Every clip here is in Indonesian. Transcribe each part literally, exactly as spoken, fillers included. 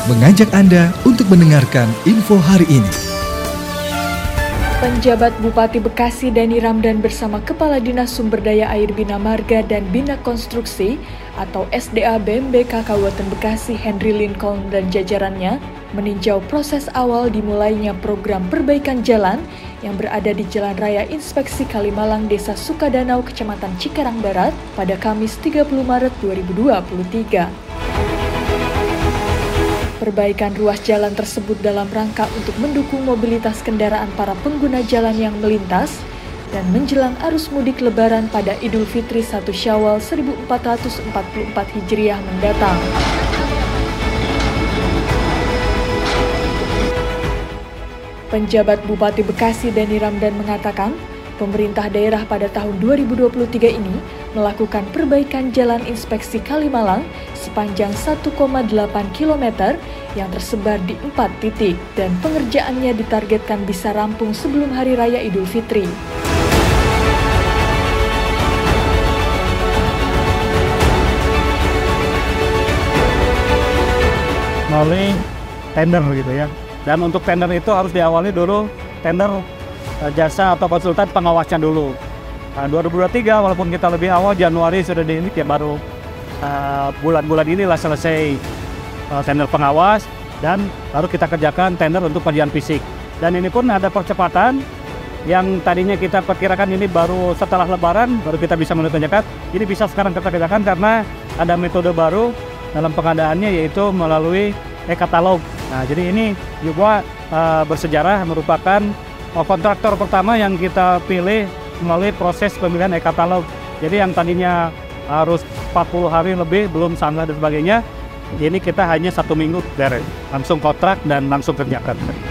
mengajak Anda untuk mendengarkan info hari ini. Penjabat Bupati Bekasi Dani Ramdan bersama Kepala Dinas Sumber Daya Air Bina Marga dan Bina Konstruksi atau S D A B M B K Kabupaten Bekasi Henry Lincoln dan jajarannya meninjau proses awal dimulainya program perbaikan jalan yang berada di Jalan Raya Inspeksi Kalimalang Desa Sukadanau, Kecamatan Cikarang Barat pada Kamis tiga puluh Maret dua ribu dua puluh tiga. Perbaikan ruas jalan tersebut dalam rangka untuk mendukung mobilitas kendaraan para pengguna jalan yang melintas dan menjelang arus mudik Lebaran pada Idul Fitri satu Syawal seribu empat ratus empat puluh empat Hijriah mendatang. Penjabat Bupati Bekasi Dani Ramdan mengatakan, pemerintah daerah pada tahun dua ribu dua puluh tiga ini melakukan perbaikan jalan inspeksi Kalimalang sepanjang satu koma delapan kilometer yang tersebar di empat titik dan pengerjaannya ditargetkan bisa rampung sebelum Hari Raya Idul Fitri. Melalui tender gitu ya. Dan untuk tender itu harus diawali dulu tender uh, jasa atau konsultan pengawasnya dulu. Nah, dua ribu dua puluh tiga walaupun kita lebih awal Januari sudah di ini ya baru uh, bulan-bulan inilah selesai uh, tender pengawas dan baru kita kerjakan tender untuk penjualan fisik. Dan ini pun ada percepatan yang tadinya kita perkirakan ini baru setelah Lebaran baru kita bisa menunjukkan. Ini bisa sekarang kita kerjakan karena ada metode baru dalam pengadaannya yaitu melalui e-katalog. Nah, jadi ini juga uh, bersejarah merupakan uh, kontraktor pertama yang kita pilih melalui proses pemilihan e-katalog. Jadi yang tadinya harus empat puluh hari lebih belum sanggah dan sebagainya, ini kita hanya satu minggu beres, langsung kontrak dan langsung kerjakan.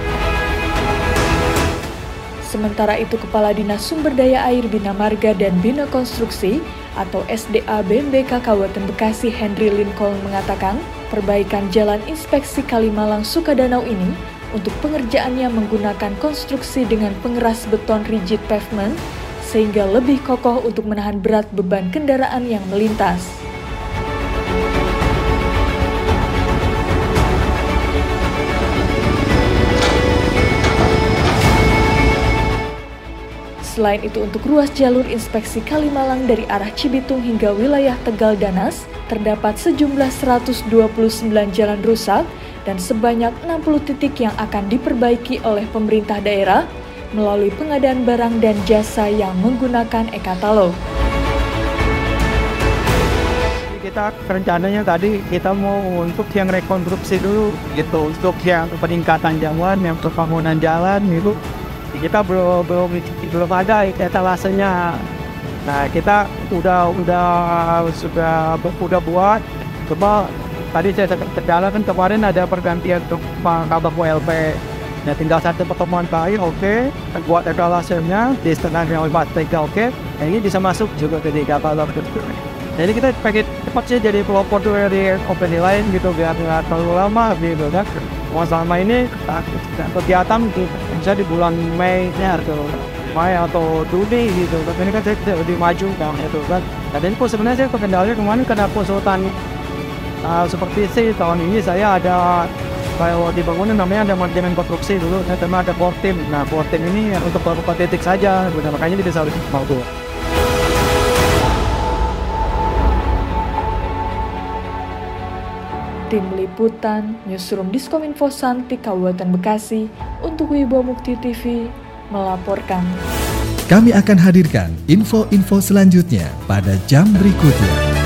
Sementara itu, Kepala Dinas Sumber Daya Air Bina Marga dan Bina Konstruksi atau S D A B M B K Kabupaten Bekasi Henry Lincoln mengatakan, perbaikan jalan inspeksi Kalimalang Sukadanau ini untuk pengerjaannya menggunakan konstruksi dengan pengeras beton rigid pavement sehingga lebih kokoh untuk menahan berat beban kendaraan yang melintas. Selain itu, untuk ruas jalur inspeksi Kalimalang dari arah Cibitung hingga wilayah Tegal Danas, terdapat sejumlah seratus dua puluh sembilan jalan rusak dan sebanyak enam puluh titik yang akan diperbaiki oleh pemerintah daerah melalui pengadaan barang dan jasa yang menggunakan e-katalog. Kita rencananya tadi kita mau untuk yang rekonstruksi dulu gitu, untuk yang peningkatan jalan, yang pembangunan jalan itu kita belum belum belum ada etalasenya. Nah, kita udah udah sudah udah buat. Coba tadi saya terjalan kan kemarin ada pergantian untuk kabel U L P. Nah, tinggal satu pertemuan kayu, oke. Okay. Buat etalasenya di setengahnya empat tiga, oke. Okay. Nah, ini bisa masuk juga ke tiga kabel. Jadi kita pakai cepat sih jadi pelopor dari company lain gitu biar nggak terlalu lama gitu kan. Selama ini kegiatan bisa di bulan Mei atau Mei atau Juni gitu. Tapi ini kan saya lebih maju kan itu kan. Dan ini pun sebenarnya saya kendalanya kemarin kena konsultan uh, seperti sih tahun ini saya ada kalau dibangunin namanya ada manajemen konstruksi dulu. Saya terima ada core team. Nah core team ini untuk beberapa titik saja. Makanya dia bisa mau tuh. Tim Liputan, Newsroom Diskominfo Santik Kabupaten Bekasi untuk Wibo Mukti T V melaporkan. Kami akan hadirkan info-info selanjutnya pada jam berikutnya.